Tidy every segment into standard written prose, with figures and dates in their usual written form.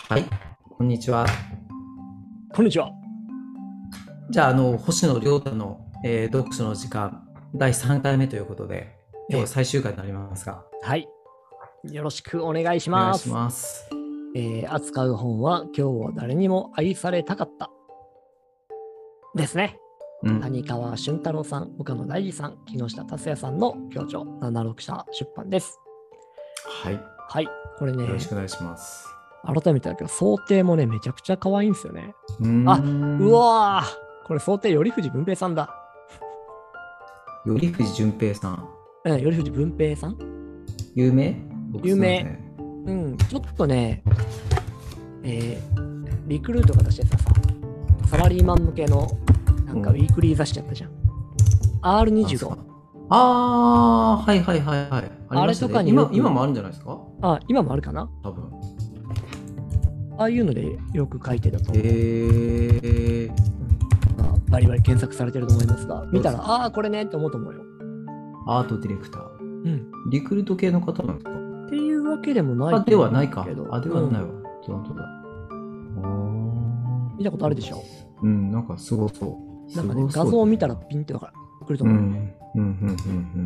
はい、こんにちは。 こんにちは。 じゃあ、星野亮太の、読書の時間、第3回目ということで、今日はえ、 最終回になりますが、 はい。よろしくお願いしお願いします。 ます。 扱う本は今日は誰にも愛されたかったですね。 うん。 谷川俊太郎さん、岡野大二さん、木下達也さんの共著、76社出版です。 はい。よはい。これね、 ろしくお願いします。 改めてだけど、想定もね、めちゃくちゃ可愛いんですよね。 うーあ、うん。 わー、これ想定、頼藤文平さんだ。 頼藤純平さん。 うん、頼藤文平さん有名？僕有名。 すいません。 うん、ちょっとね、リクルートが出してたさ、サラリーマン向けのなんかウィークリー雑誌やったじゃん。 なんすか？ R25。 はいはいはいはい。ありあれとかましたね。今によく、 もあるんじゃないですか？ 今もあるかな。 多分。 ああいうのでよく書いてたと思う。 ー、 バリバリ検索されてると思いますが、見たら、 そうですね。 これねって思うと思うよ。 アートディレクター。 うん。 リクルート系の方なんですか？ っていうわけでもないあ、でと思うはないか。 けど、 あ、ではないわ。本当だ。 見たことあるでしょ。 うん、なんかすごそう。すなんかね、 ごそうですね。 画像を見たらピンってくるとうん、う思う。 ん、うん、うん、うん。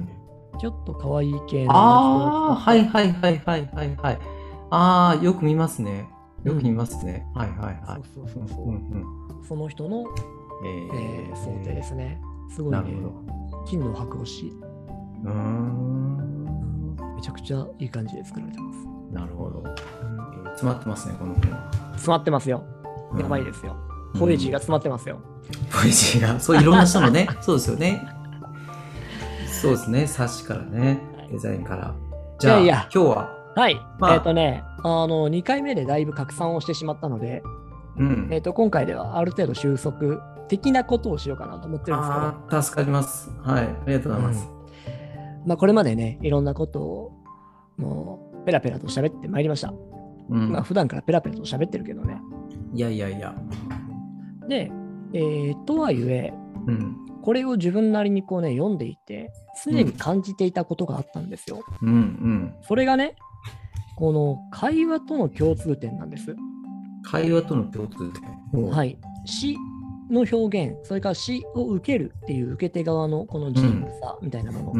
ちょっと可愛い系のイラストを使ああ、 った。 はいはいはいはいはいはい。ああ、よく見ますね。よく見うん。 ますね。はいはいはい。 そうそうそううん、うそん、うん。 う。その人の、想定ですね。すごいね。 なるほど。 金の箔押し。 うーん。 めちゃくちゃいい感じで作られてます。 なるほど。 うん、 詰まってますね、この本は。 詰まってますよ。 うん、 やばいですよ。 うん。 ポエジーが詰まってますよ。 ポエジーが、そう、いろんな人のね、そうですよね。そうですね、冊子からね、 はい、 デザインから。じゃあ、 いやいや、 今日は、 はい。 まあ、 2回目でだいぶ拡散をしてしまったので、 うん。 今回ではある程度収束的なことをしようかなと思ってるんですけど、 ああ、助かります。はい、ありがとうございます。 うん。まあ、これまでね、いろんなことを、もう、ペラペラと喋ってまいりました。まあ、 うん。 普段からペラペラと喋ってるけどね。 いやいやいや。 で、とはいえ、 うん。 これを自分なりにこうね、読んでいて、常にうん。 感じていたことがあったんですよ。 うん。うん。 それがね、この会話との共通点なんです。 会話との共通点。ほはい。詩の表現、それから詩を受けるっていう受け手側のこのう。う自由ん。 さみたいなもの、 うん。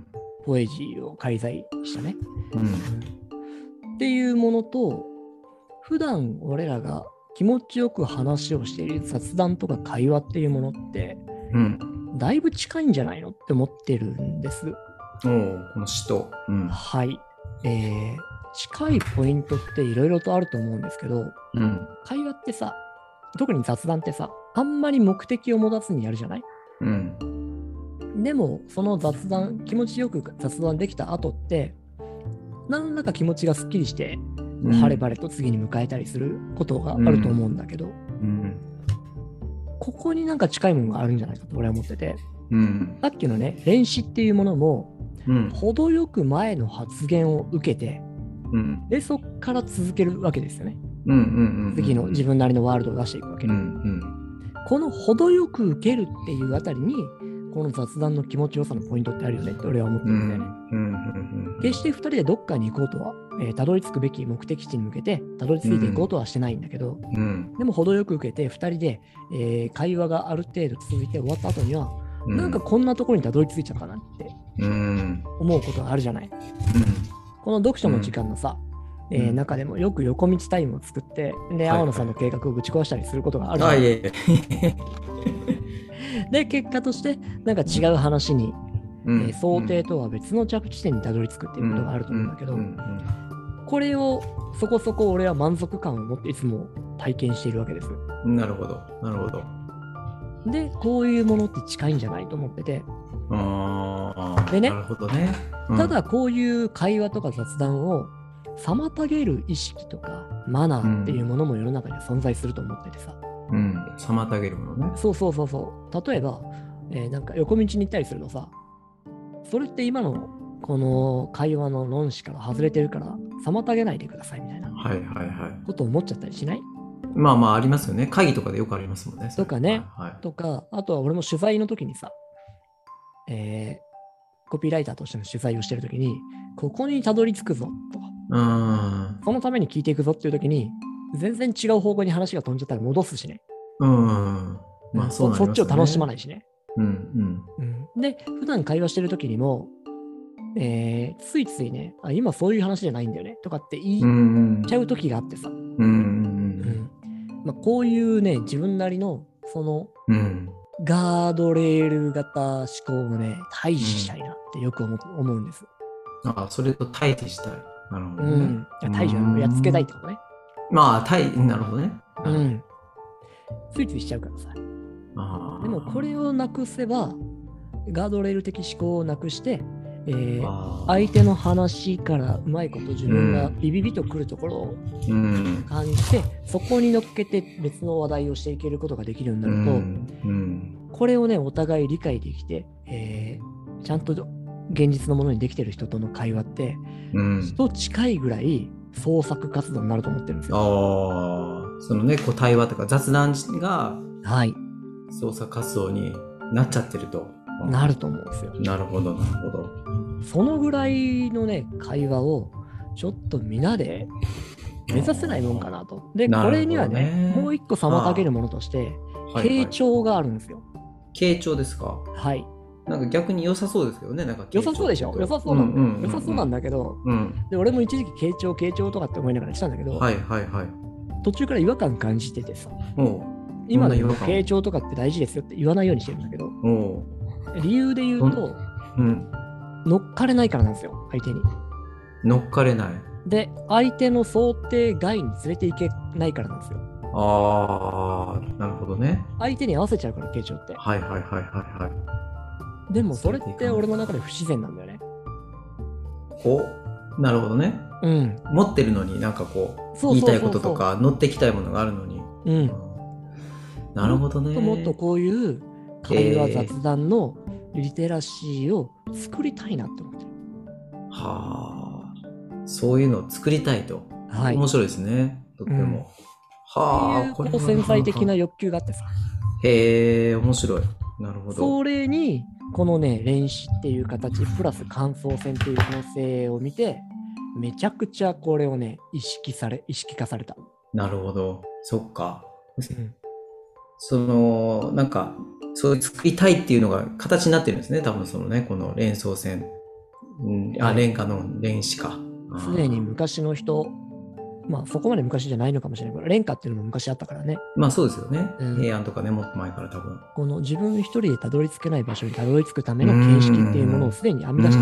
ポエジーを介在したね。 うん。うん。 っていうものと、普段俺らが気持ちよく話をしている雑談とか会話っていうものって、 うん。 だいぶ近いんじゃないのって思ってるんです。 おお、この詩と。うん。 はい。近いポイントっていろいろとあると思うんですけど、 うん。 会話ってさ、特に雑談ってさ、あんまり目的を持たずにやるじゃない。 うん。 でも、その雑談、気持ちよく雑談できた後って、何らか気持ちがすっきりして、 うん。 晴れ晴れと次に迎えたりすることがあるとうん。 思うんだけど、 うん。 ここになんか近いものがあるんじゃないかと俺は思ってて、 うん。 さっきのね、練習っていうものも、 うん。 程よく前の発言を受けて、 うん。 で、そっから続けるわけですよね。 うん。うん。 次の自分なりのワールドを出していくわけ。 うん。うん。 この程よく受けるっていうあたりに、この雑談の気持ちよさのポイントってあるよねって俺は思ってうん。 るんだよね。 うん。 決して2人でどっかに行こうとは、たどり着くべき目的地に向けてたどり着いていこうとはしてないんだけど、 うん。 でも程よく受けて2人で、会話がある程度続いて終わった後には、 うん。 なんかこんなところにたどり着いちゃったなってうん。 思うことがあるじゃない。この読書の時間のさ、中でもよく横道タイムを作って、で、 はい青野さんの計はい。 画をぶち壊したりすることがあるじゃあ、 ない。 いえいえ。 で、結果として、なんか違う話に、 うん。 想定とは別の着地点にたどり着くっていうことがあると思うんだけど、これをそこそこ俺は満足感を持っていつも体験しているわけです。 うん。なるほど。なるほど。 で、こういうものって近いんじゃないと思ってて。 ああ、 でね、 なるほどね。うん。 ただこういう会話とか雑談を妨げる意識とかマナーっていううん。 ものも世の中には存在すると思っててさ。 うん。妨げるものね。 そうそうそうそう。例えば、なんか横道に行ったりするとさ、それって今のこの会話の論旨から外れてるから妨げないでくださいみたいなはいはいはい。 ことを思っちゃったりしない？ まあまあありますよね。会議とかでよくありますもんね、それ。 とかね。 はいはい。 とか、あとは俺も取材の時にさ、コピーライターとしての取材をしてる時に、ここにたどり着くぞと。 うーん。 そのために聞いていくぞっていう時に、 全然違う方向に話が飛んじゃったら戻すしね。 うん。まあそうなりますよね。 そっちを楽しまないしね。 うんで、普段会話してる時にも、ついついね、今そういう話じゃないんだよねとかって言っちゃう時があってさ。まあ、こういうね、自分なりのそのガードレール型思考をね、対峙したいなってよく思うんです。 それと対峙したい。なるほどね。 対峙をやっつけたいってことね。 まあ、なるほどね。 ついついしちゃうからさ。でもこれをなくせば、ガードレール的思考をなくして、相手の話からうまいこと自分がビビビとくるところを感じて、そこに乗っけて別の話題をしていけることができるようになると、これをね、お互い理解できて、ちゃんと現実のものにできてる人との会話って、と近いぐらい創作活動になると思ってるんですよ。 そのね、こう対話とか雑談が創作活動になっちゃってると。 なると思うんですよ。 なるほど、なるほど。 そのぐらいのね、会話をちょっと皆で目指せないもんかなと。で、これにはね、もう一個妨げるものとして、傾聴があるんですよ。 傾聴ですか？ はい。 なんか逆に良さそうですけどね、なんか良さそうでしょ？良さそうなんだよ。良さそうなんだけど、で、俺も一時期傾聴とかって思いながらしたんだけど、途中から違和感感じててさ、今の傾聴とかって大事ですよって言わないようにしてるんだけど、理由で言うと、乗っかれないからなんですよ、相手に。 乗っかれない。 で、相手の想定外に連れていけないからなんですよ。 なるほどね。 相手に合わせちゃうから、傾聴って。でも、それって俺の中で不自然なんだよね。 なるほどね。持ってるのになんかこう、言いたいこととか、乗ってきたいものがあるのに。なるほどね。 もっとこういう会話雑談のリテラシーを作りたいなって思ってる。 そういうのを作りたいと。面白いですね。とっても。 これ繊細的な欲求があってさ。 面白い。なるほど。 それに、このね、練習っていう形、プラス感想戦っていう可能性を見て、めちゃくちゃこれをね、意識化された。 なるほど。そっか。その、なんか、そういう作りたいっていうのが形になってるんですね。多分そのね、この連想線。連歌の連詞か。 すでに昔の人、まあそこまで昔じゃないのかもしれないけど、連歌っていうのも昔あったからね。 まあそうですよね。平安とかね、もっと前から多分。 この自分一人でたどり着けない場所にたどり着くための形式っていうものをすでに編み出してい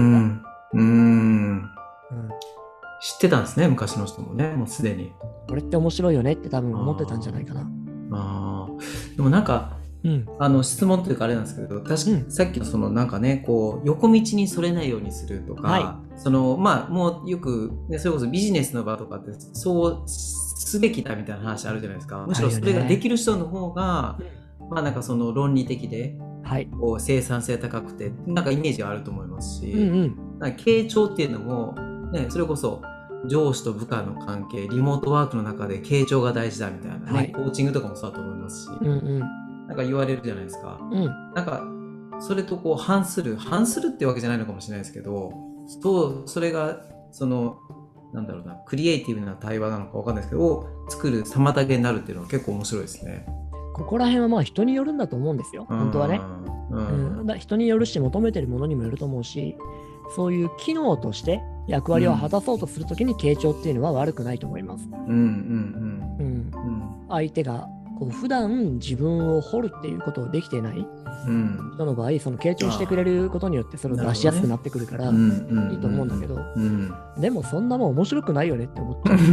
た。 知ってたんですね、昔の人もね、もうすでに。 これって面白いよねって多分思ってたんじゃないかな。 でもなんか、質問というかあれなんですけど、確かにさっきのそのなんかね、こう横道にそれないようにするとか、そのまあもうよく、ね、それこそビジネスの場とかってそうすべきだみたいな話あるじゃないですか。むしろそれができる人の方が、まあなんかその論理的で、こう生産性高くてなんかイメージがあると思いますし、傾聴っていうのもね、それこそ上司と部下の関係、リモートワークの中で傾聴が大事だみたいなね、コーチングとかもそうだと思いますし、なんか言われるじゃないですか。なんかそれとこう反するってわけじゃないのかもしれないですけど、それがそのなんだろうな、クリエイティブな対話なのかわかんないですけど、を作る妨げになるっていうのは結構面白いですね。 ここら辺はまあ人によるんだと思うんですよ、本当はね。人によるし、求めてるものにもよると思うし、そういう機能として役割を果たそうとするときに傾聴っていうのは悪くないと思います。相手がこう普段自分を掘るっていうことをできてない人の場合、その傾聴してくれることによってそれを出しやすくなってくるからいいと思うんだけど、でもそんなもん面白くないよねって思っちゃう。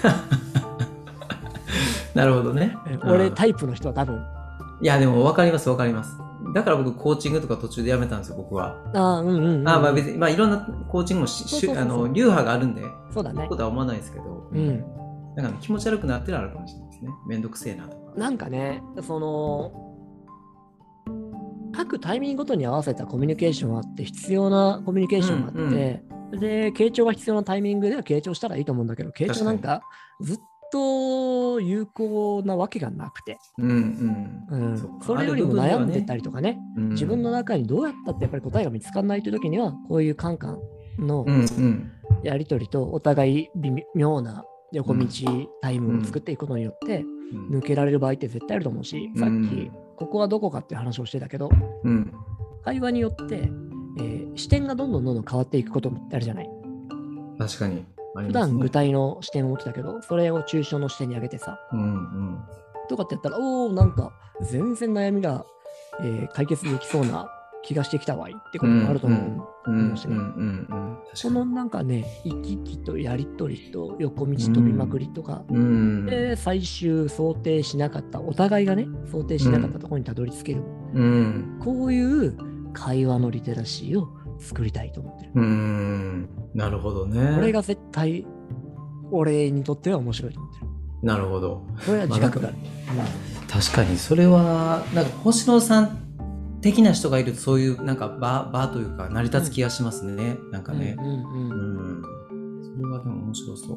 なるほどね。 俺タイプの人は多分。 いやでも分かります。だから僕コーチングとか途中でやめたんですよ、僕は。まあ別にまあいろんなコーチングも流派があるんで、 そうだね。 ことは思わないですけど、なんか気持ち悪くなってるのあるかもしれないですね。めんどくせえなとか。 なんかね、その各タイミングごとに合わせたコミュニケーションがあって、必要なコミュニケーションがあって、で傾聴が必要なタイミングでは傾聴したらいいと思うんだけど、傾聴なんかずっと有効なわけがなくて、それよりも悩んでたりとかね、自分の中にどうやったってやっぱり答えが見つからないという時には、こういうカンカンのやり取りとお互い微妙な横道タイムを作っていくことによって、抜けられる場合って絶対あると思うし、さっき、ここはどこかっていう話をしてたけど、会話によって、視点がどんどん変わっていくことってあるじゃない。 確かに。 普段具体の視点を持ってたけど、それを抽象の視点に上げてさ、とかってやったら、なんか全然悩みが、解決できそうな気がしてきたわいってこともあると思うしね。そのなんかね、行き来とやりとりと横道飛びまくりとか、で最終想定しなかった、お互いがね、想定しなかったところにたどり着ける。こういう会話のリテラシーを作りたいと思ってる。 なるほどね。 これが絶対俺にとっては面白いと思ってる。 なるほど。 これは自覚がある。 確かにそれはなんか星野さん的な人がいるとそういうなんか場というか成り立つ気がしますね。なんかね。それはでも面白そう。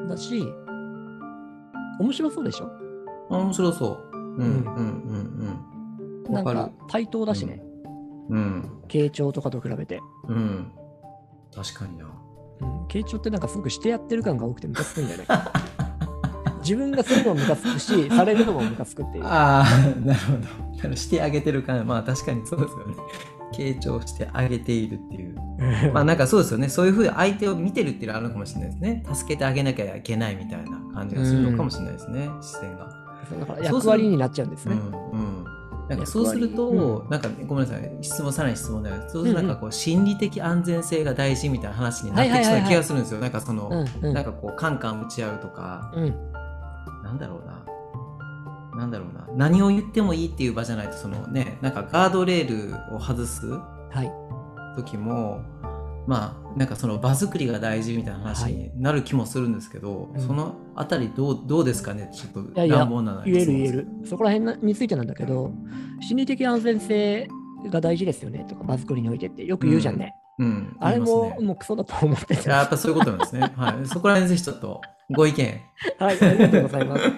だし、面白そうでしょ？ 面白そう。 なんか対等だしね。傾聴とかと比べて。 確かにな。 傾聴ってなんかすごくしてやってる感が多くてムカつくんだよね。自分がするのもムカつくし、されるのもムカつくっていう。 なるほど。してあげてる感、まあ確かにそうですよね。傾聴してあげているっていう。まあなんかそうですよね。そういうふうに相手を見てるっていうのはあるのかもしれないですね。助けてあげなきゃいけないみたいな感じがするのかもしれないですね。視線が。 だから役割になっちゃうんですね。 なんかそうすると、なんかごめんなさい、さらに質問だけど、そうするとなんかこう心理的安全性が大事みたいな話になってきそうな気がするんですよ。なんかその、なんかこうカンカン打ち合うとか、なんだろうな。何を言ってもいいっていう場じゃないと、そのね、なんかガードレールを外す時も、まあなんかその場作りが大事みたいな話になる気もするんですけど、そのあたりどうですかね。ちょっと乱暴なの言える。そこら辺についてなんだけど、心理的安全性が大事ですよねとか、場作りにおいてってよく言うじゃんね。あれももうクソだと思ってて。 やっぱそういうことなんですね。はい。そこら辺ぜひちょっとご意見。 はい、ありがとうございます。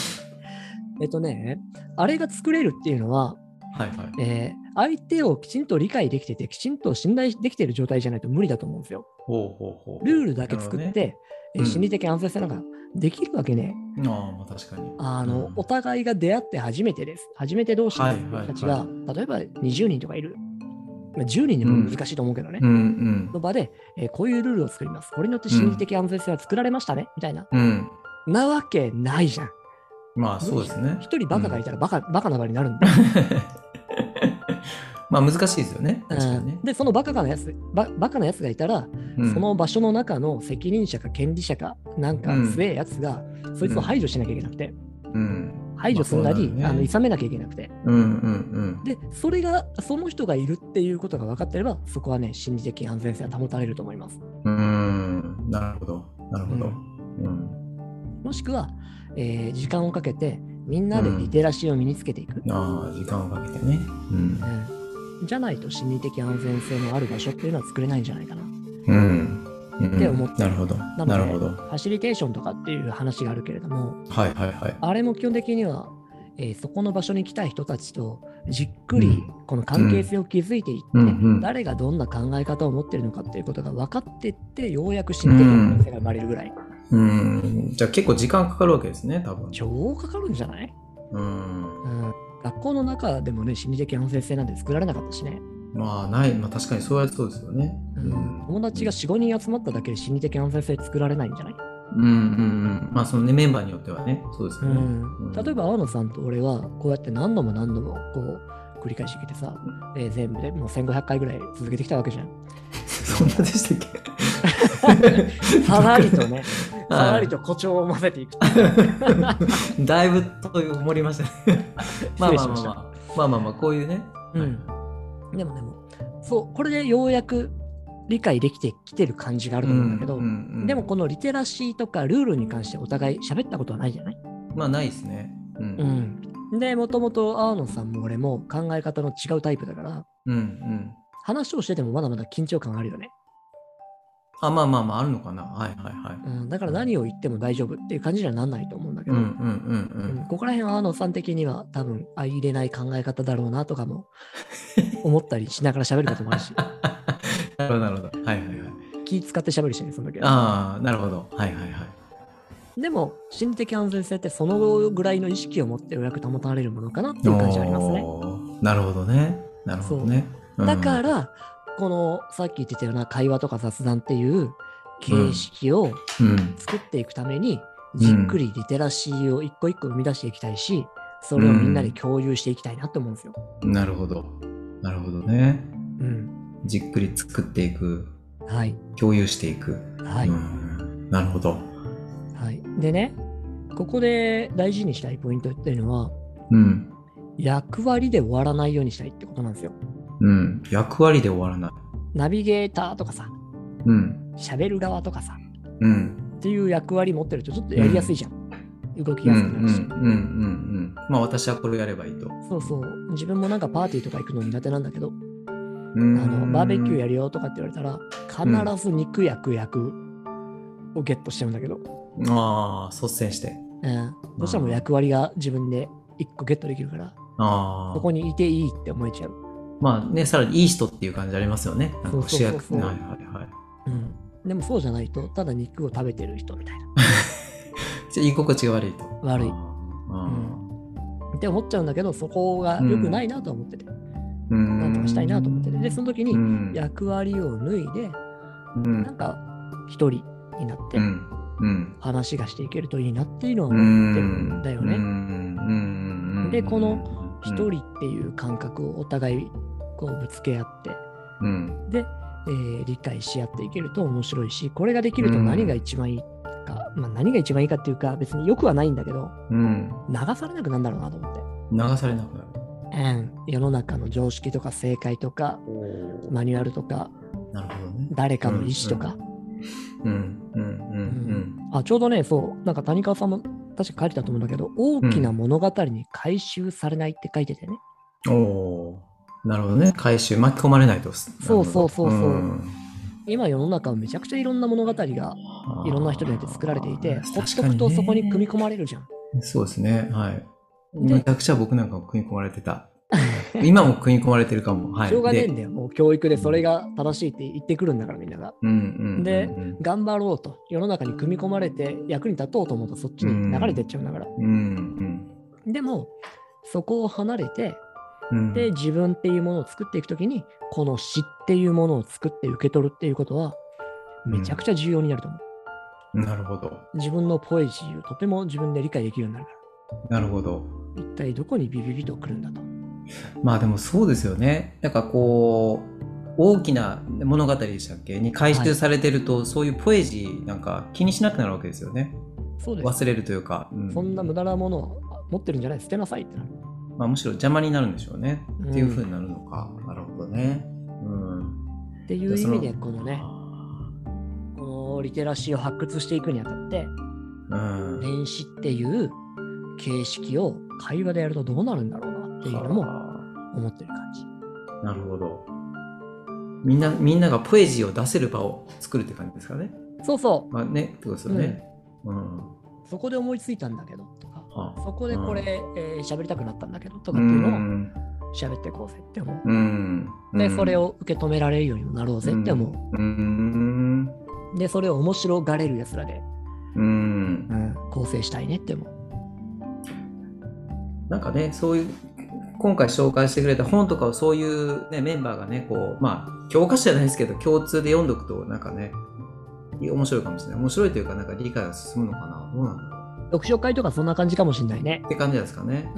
あれが作れるっていうのは、相手をきちんと理解できてて、きちんと信頼できている状態じゃないと無理だと思うんですよ。ルールだけ作って、心理的安全性なんかできるわけね。 確かに。 お互いが出会って初めてです。初めて同士の人たちが、例えば20人とかいる。10人でも難しいと思うけどね。の場で、こういうルールを作ります。これによって心理的安全性は作られましたね、みたいな。なわけないじゃん。 まあそうですね。 一人バカがいたらバカな場になるんで。 まあ難しいですよね。確かにね。 で、そのバカなやつがいたら、その場所の中の責任者か権利者か、なんか強いやつが、そいつを排除しなきゃいけなくて。排除するなり、諌めなきゃいけなくて。で、その人がいるっていうことが分かってれば、そこはね、心理的安全性は保たれると思います。 なるほど。 もしくは、時間をかけて、みんなでリテラシーを身につけていく。 時間をかけてね。 じゃないと心理的安全性のある場所っていうのは作れないんじゃないかな。って思って。 なるほど。 なので、ファシリテーションとかっていう話があるけれども、あれも基本的には、そこの場所に来た人たちとじっくりこの関係性を築いていって、誰がどんな考え方を持っているのかっていうことが分かっていって、ようやく心理的安全性が生まれるぐらい。 じゃあ結構時間かかるわけですね、多分。 超かかるんじゃない？学校の中でもね、心理的安全性なんて作られなかったしね。 まあ確かにそうですよね。 友達が 4,5 人集まっただけで心理的安全性作られないんじゃない？ まあそのね、メンバーによってはね、そうですよね。 例えば青野さんと俺はこうやって何度もこう繰り返してきてさ、全部でもう1500回ぐらい続けてきたわけじゃん。 そんなでしたっけ？ さらりとね、さらりと誇張を混ぜていく。 だいぶと思いましたね。まあこういうね。 でもそう、これでようやく理解できてきてる感じがあると思うんだけど、でもこのリテラシーとかルールに関してお互い喋ったことはないじゃない？ まあないですね。 で、もともと青野さんも俺も考え方の違うタイプだから、話をしててもまだまだ緊張感あるよね。 まああるのかな。 だから何を言っても大丈夫っていう感じにはなんないと思うんだけど、ここら辺は青野さん的には多分相入れない考え方だろうなとかも思ったりしながら喋ることもあるし。 なるほど。 気使って喋るしね、その時は。なるほど。 でも心理的安全性ってそのぐらいの意識を持ってようやく保たれるものかなっていう感じはありますね。 なるほどね。なるほどね。 だからこのさっき言ってたような会話とか雑談っていう形式を作っていくために、じっくりリテラシーを一個一個生み出していきたいし、それをみんなで共有していきたいなって思うんですよ。 なるほど。なるほどね。じっくり作っていく。はい。共有していく。はい。なるほど。 はい。でね、ここで大事にしたいポイントっていうのは、役割で終わらないようにしたいってことなんですよ。 役割で終わらない。 ナビゲーターとかさ、喋る側とかさ、っていう役割持ってるとちょっとやりやすいじゃん。動きやすくなるし。 まあ私はこれをやればいいと。 そうそう。自分もなんかパーティーとか行くの苦手なんだけど、バーベキューやるよとかって言われたら、必ず肉焼く役をゲットしちゃうんだけど。 率先して。 どうしても役割が自分で一個ゲットできるから、そこにいていいって思えちゃう。 まあね、さらにいい人っていう感じありますよね。主役。 でもそうじゃないと、ただ肉を食べてる人みたいな。 居心地が悪いと。 悪い。って思っちゃうんだけど、そこが良くないなと思ってて。なんとかしたいなと思ってて。で、その時に役割を脱いで、なんか一人になって、話がしていけるといいなっていうのは思ってるんだよね。で、この一人っていう感覚をお互いこうぶつけ合って、で、理解し合っていけると面白いし、これができると何が一番いいか、何が一番いいかっていうか別によくはないんだけど、流されなくなるんだろうなと思って。 流されなくなる。 世の中の常識とか正解とかマニュアルとか、 なるほどね、 誰かの意思とか。ちょうどね、そうなんか谷川さんも確か書いてたと思うんだけど、大きな物語に回収されないって書いててね。 なるほどね。回収巻き込まれないと。 そう。今世の中はめちゃくちゃいろんな物語がいろんな人によって作られていて、ほっとくとそこに組み込まれるじゃん。 そうですね。はい。めちゃくちゃ僕なんかも組み込まれてた。今も組み込まれてるかも。 しょうがねえんだよ。もう教育でそれが正しいって言ってくるんだからみんなが。で、頑張ろうと。世の中に組み込まれて役に立とうと思うとそっちに流れてっちゃうんだから。でも、そこを離れて、で、自分っていうものを作っていくときに、この詩っていうものを作って受け取るっていうことは、めちゃくちゃ重要になると思う。 なるほど。 自分のポエジーをとても自分で理解できるようになるから。 なるほど。 一体どこにビビビと来るんだと。 まあでもそうですよね。なんかこう、大きな物語でしたっけに回収されてると、そういうポエジーなんか気にしなくなるわけですよね。 そうです。 忘れるというか。 そんな無駄なものを持ってるんじゃない、捨てなさいってなる。 むしろ邪魔になるんでしょうね。っていう風になるのか。なるほどね。 っていう意味で、このね、このリテラシーを発掘していくにあたって、電子っていう形式を会話でやるとどうなるんだろうなっていうのも思ってる感じ。 なるほど。みんながポエジーを出せる場を作るって感じですかね。 そうそう。 ね、ってことですよね。 そこで思いついたんだけどとか、そこでこれ喋りたくなったんだけどとかっていうのを喋っていこうぜって思う。で、それを受け止められるようにもなろうぜって思う。で、それを面白がれるやつらで構成したいねって思う。 なんかね、そういう今回紹介してくれた本とかをそういう、ね、メンバーがね、こう教科書じゃないですけど共通で読んどくとなんかね、面白いかもしれない。面白いというかなんか理解が進むのかな。どうなんだろう。 読書会とかそんな感じかもしれないね。 って感じですかね。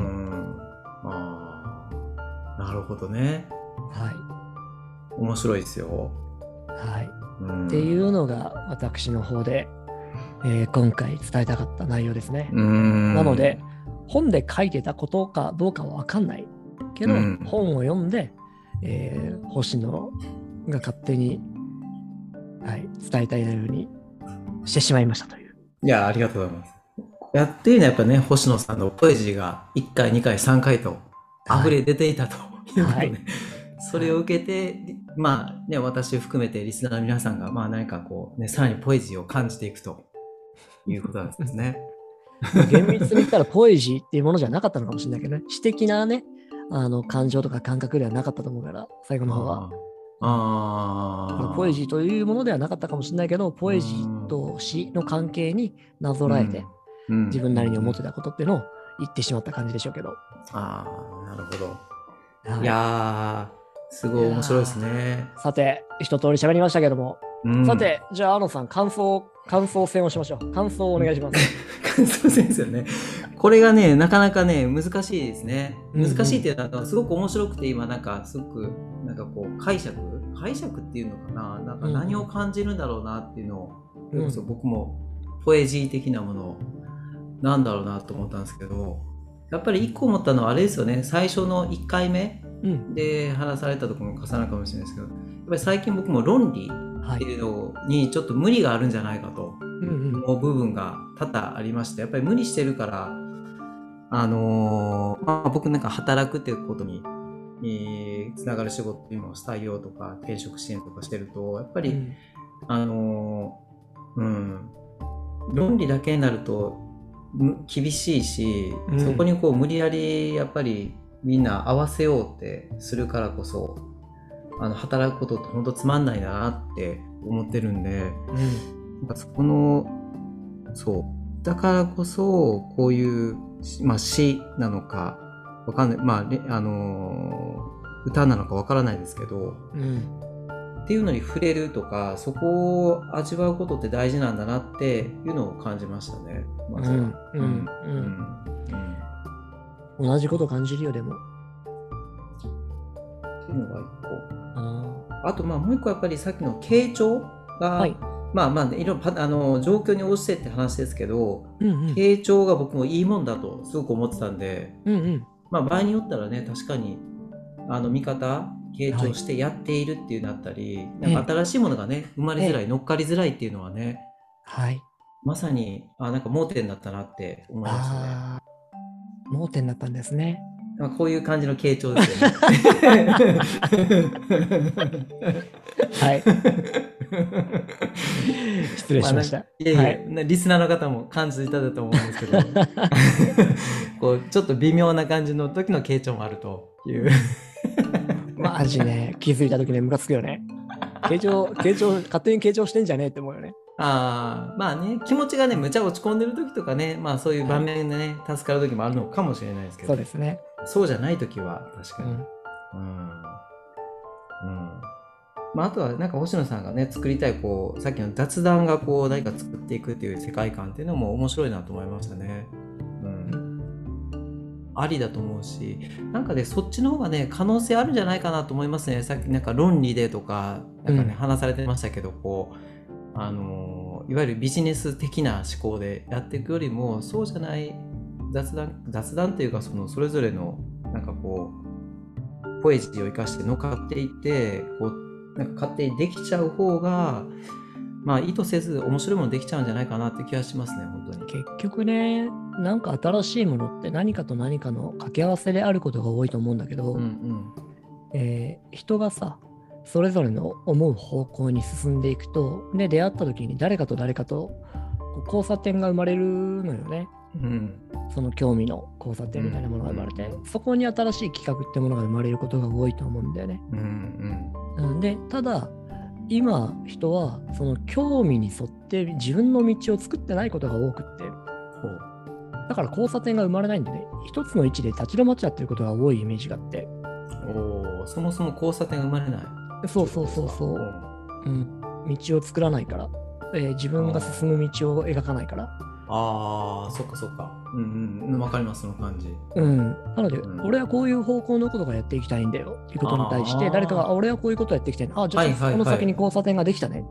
なるほどね。 はい。 面白いですよ。 はい。っていうのが私の方で、今回伝えたかった内容ですね。なので本で書いてたことかどうかは分かんないけど、本を読んで、星野が勝手に、伝えたいようにしてしまいましたという。 いや、ありがとうございます。やっていうのはやっぱね、星野さんのポエジーが1回、2回、3回と溢れ出ていたということで、それを受けて、私含めてリスナーの皆さんが、何かこうね、さらにポエジーを感じていくということなんですね。 厳密に言ったらポエジーっていうものじゃなかったのかもしれないけどね、詩的なね、感情とか感覚ではなかったと思うから、最後の方は。ポエジーというものではなかったかもしれないけど、ポエジーと死の関係になぞらえて、自分なりに思ってたことっていうのを言ってしまった感じでしょうけど。 ああ、なるほど。はい、いやー、すごい面白いですね。 さて、一通り喋りましたけども、さて、じゃあ、さん、感想戦をしましょう。感想をお願いします。 感想戦ですよね。これがね、なかなかね、難しいですね。難しいっていうのは、すごく面白くて、今、なんか、すごく、なんかこう、解釈っていうのかな、なんか何を感じるんだろうなっていうのを、僕も、ポエジー的なものを、なんだろうなと思ったんですけど、やっぱり一個思ったのはあれですよね、最初の1回目で話されたところも重なるかもしれないですけど、やっぱり最近僕も論理っていうのにちょっと無理があるんじゃないかと思う部分が多々ありまして、やっぱり無理してるから、僕なんか働くっていうことにつながる仕事っていうのを採用とか転職支援とかしてると、やっぱり、論理だけになると厳しいし、そこにこう無理やりやっぱりみんな合わせようってするからこそ働くことって本当つまんないなって思ってるんで、なんかそこのそうだからこそこういう、詩なのかわかんない、歌なのかわからないですけど、っていうのに触れるとか、そこを味わうことって大事なんだなっていうのを感じましたね。まずは。 同じこと感じるよ、でも。 っていうのが一個。あともう一個やっぱりさっきの傾聴が、いろいろ状況に応じてって話ですけど、傾聴が僕もいいもんだとすごく思ってたんで、場合によったらね、確かに見方傾聴してやっているっていうのだったり、なんか新しいものがね生まれづらい、乗っかりづらいっていうのはね、まさになんか盲点だったなって思いましたね。 盲点だったんですね。 こういう感じの傾聴ですよね。 はい。失礼しました。 リスナーの方も感じていただいたと思うんですけど、こうちょっと微妙な感じの時の傾聴もあるという。 マジね、気づいた時ね、ムカつくよね。勝手に傾聴してんじゃねえって思うよね。 気持ちがね、むちゃ落ち込んでる時とかね、そういう場面でね、助かる時もあるのかもしれないですけど、 そうですね。 そうじゃない時は確かに。あとはなんか星野さんがね作りたいこうさっきの雑談がこう何か作っていくっていう世界観っていうのも面白いなと思いましたね。ありだと思うし、なんかねそっちの方がね可能性あるんじゃないかなと思いますね。さっきなんか論理でとかなんかね、話されてましたけど、こういわゆるビジネス的な思考でやっていくよりも、そうじゃない雑談っていうか、それぞれのなんかこうポエジーを生かして乗っかっていってこうなんか勝手にできちゃう方が意図せず面白いものできちゃうんじゃないかなって気がしますね、本当に。 結局ね、なんか新しいものって何かと何かの掛け合わせであることが多いと思うんだけど、人がさそれぞれの思う方向に進んでいくと、で出会った時に誰かと交差点が生まれるのよね。その興味の交差点みたいなものが生まれて、そこに新しい企画ってものが生まれることが多いと思うんだよね。でただ今人はその興味に沿って自分の道を作ってないことが多くって、だから交差点が生まれないんでね、一つの位置で立ち止まっちゃってることが多いイメージがあって。 そもそも交差点が生まれない。 そう、道を作らないから、自分が進む道を描かないから。 そっか。わかります、その感じ。 なので、俺はこういう方向のことがやっていきたいんだよっていうことに対して、誰かが俺はこういうことやっていきたい。じゃあ、この先に交差点ができたねって。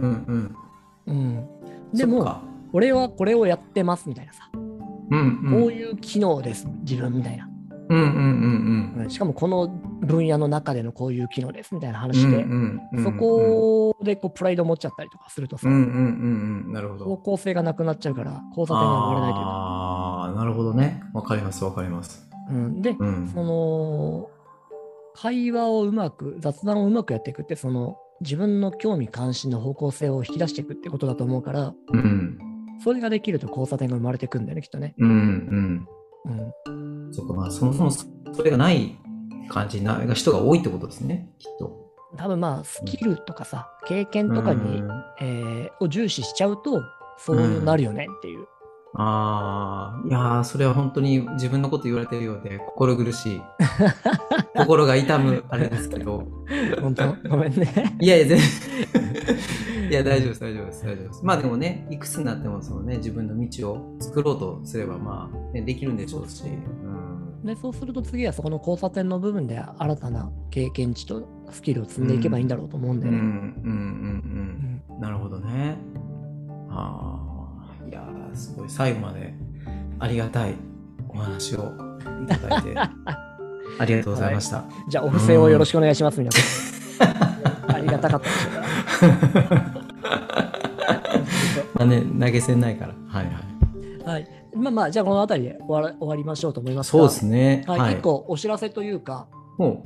でも、俺はこれをやってますみたいなさ。こういう機能です、自分みたいな。しかもこの分野の中でのこういう機能ですみたいな話で、そこでこうプライドを持っちゃったりとかするとさ、 なるほど、 方向性がなくなっちゃうから交差点が生まれないというか。 なるほどね。わかります。 で、その会話を雑談をうまくやっていくって、その自分の興味関心の方向性を引き出していくってことだと思うから、それができると交差点が生まれてくんだよね、きっとね。 そっか、そもそもそれがない感じな人が多いってことですね、きっと。 多分スキルとかさ、経験とかに、 を重視しちゃうと、そうなるよねっていう。 いやそれは本当に自分のこと言われてるようで心苦しい心が痛むあれですけど本当ごめんね。 いや全然いや大丈夫ですまあでもねいくつになってもそのね自分の道を作ろうとすればまあ、ね、できるんでしょうしでそうすると次はそこの交差点の部分で新たな経験値とスキルを積んでいけばいいんだろうと思うんでね。 なるほどね。いやすごい最後までありがたいお話をいただいてありがとうございました、 じゃあお布施をよろしくお願いします皆さんありがたかったでしょうかまあね投げ銭ないからはい、まあじゃあこの辺りで終わりましょうと思いますが、 そうですね、 一個お知らせというか、こ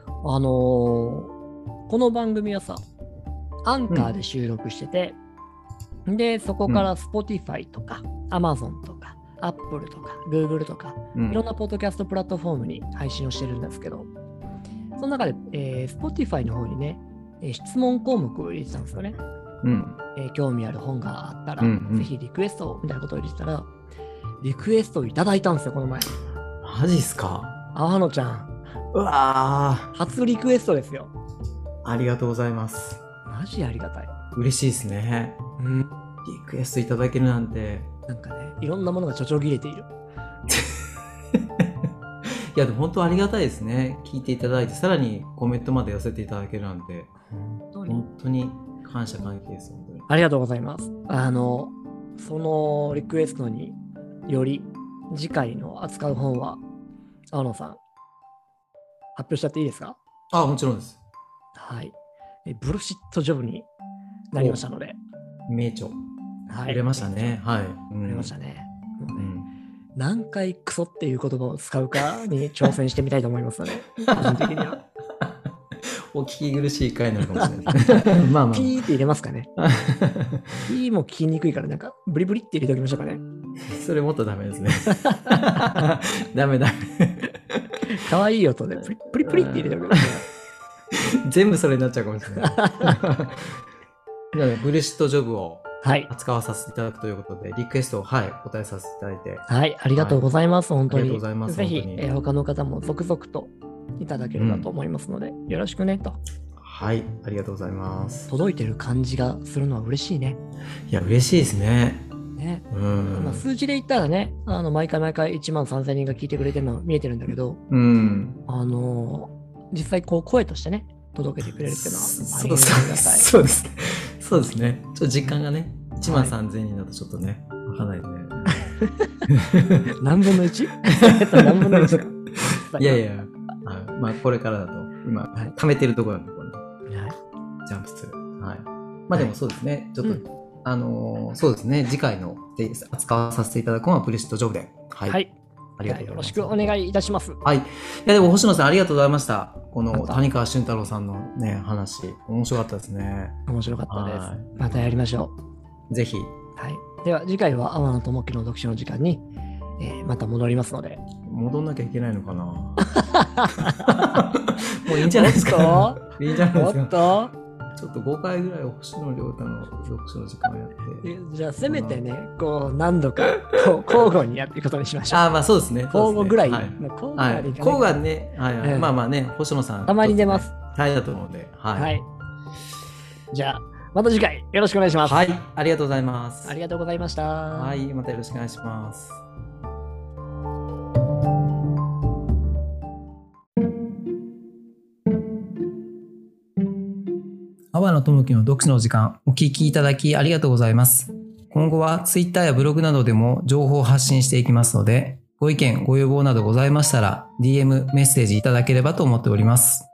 の番組はさアンカーで収録してて、でそこから Spotify とか Amazon とか Apple とか Google とか、いろんなポッドキャストプラットフォームに配信をしてるんですけど、その中で、Spotify の方にね、質問項目を入れてたんですよね。興味ある本があったら、ぜひリクエストをみたいなことを入れてたら、リクエストをいただいたんですよ、この前。 マジっすか？ 阿波野ちゃん。 うわ初リクエストですよ。 ありがとうございます。 マジありがたい。 嬉しいですね。リクエストいただけるなんて。 なんかね、いろんなものがちょちょぎれている。 いやでも本当ありがたいですね。聞いていただいて、さらにコメントまで寄せていただけるなんて、本当に感謝関係です。本当にありがとうございます。そのリクエストにより次回の扱う本は阿野さん発表しちゃっていいですか？ もちろんです。 はい。ブルシットジョブになりましたので。 名著。売れましたね。 売れましたね。もうね、何回クソっていう言葉を使うかに挑戦してみたいと思いますので、個人的には。 お聞き苦しい回なのかもしれないですね。まあピーって入れますかね。ピーも聞きにくいから、なんかブリブリって入れておきましょうかね。 それもっとダメですね。ダメ。 かわいい音でプリプリって入れておきましょう。全部それになっちゃうかもしれない。じゃあね、ブルシットジョブを扱わさせていただくということで、リクエストを答えさせていただいて。 はい、ありがとうございます。本当に。 ありがとうございます。 ぜひ、他の方も続々といただければと思いますので、よろしくねと。 はい、ありがとうございます。 届いてる感じがするのは嬉しいね。 いや、嬉しいですね。 数字で言ったらね、毎回1万3000人が聞いてくれてるのは見えてるんだけど、実際こう声としてね、届けてくれるっていうのはありがたい。 そうですね。ちょっと実感がね、1万3000人だとちょっとね、わかんないね。 何分の 1？ 何分の 1 か。 いや、まあこれからだと、今、貯めてるところなんで、ジャンプする。まあでもそうですね、ちょっと、そうですね、次回の扱わさせていただくのはブルシットジョブで。はい。ありがとうございます。よろしくお願いいたします。はい。いやでも星野さんありがとうございました。この谷川俊太郎さんのね、話、面白かったですね。面白かったです。またやりましょう。ぜひ。はい。では次回は天野智樹の読書の時間に、また戻りますので。戻んなきゃいけないのかな。もういいんじゃないですか。いいんじゃないですか。ちょっと5回ぐらい星野亮太の読書の時間をやって。じゃあせめてね、こう何度か交互にやっていくことにしましょう。まあそうですね。交互ぐらい。交互ね、まあまあね、星野さん。たまに出ます。はい、だと思うので。はい。じゃあ、また次回よろしくお願いします。はい、ありがとうございます。ありがとうございました。はい、またよろしくお願いします。阿波野智樹の読書の時間、お聞きいただきありがとうございます。今後は Twitter やブログなどでも情報を発信していきますので、ご意見、ご要望などございましたら、DM、メッセージいただければと思っております。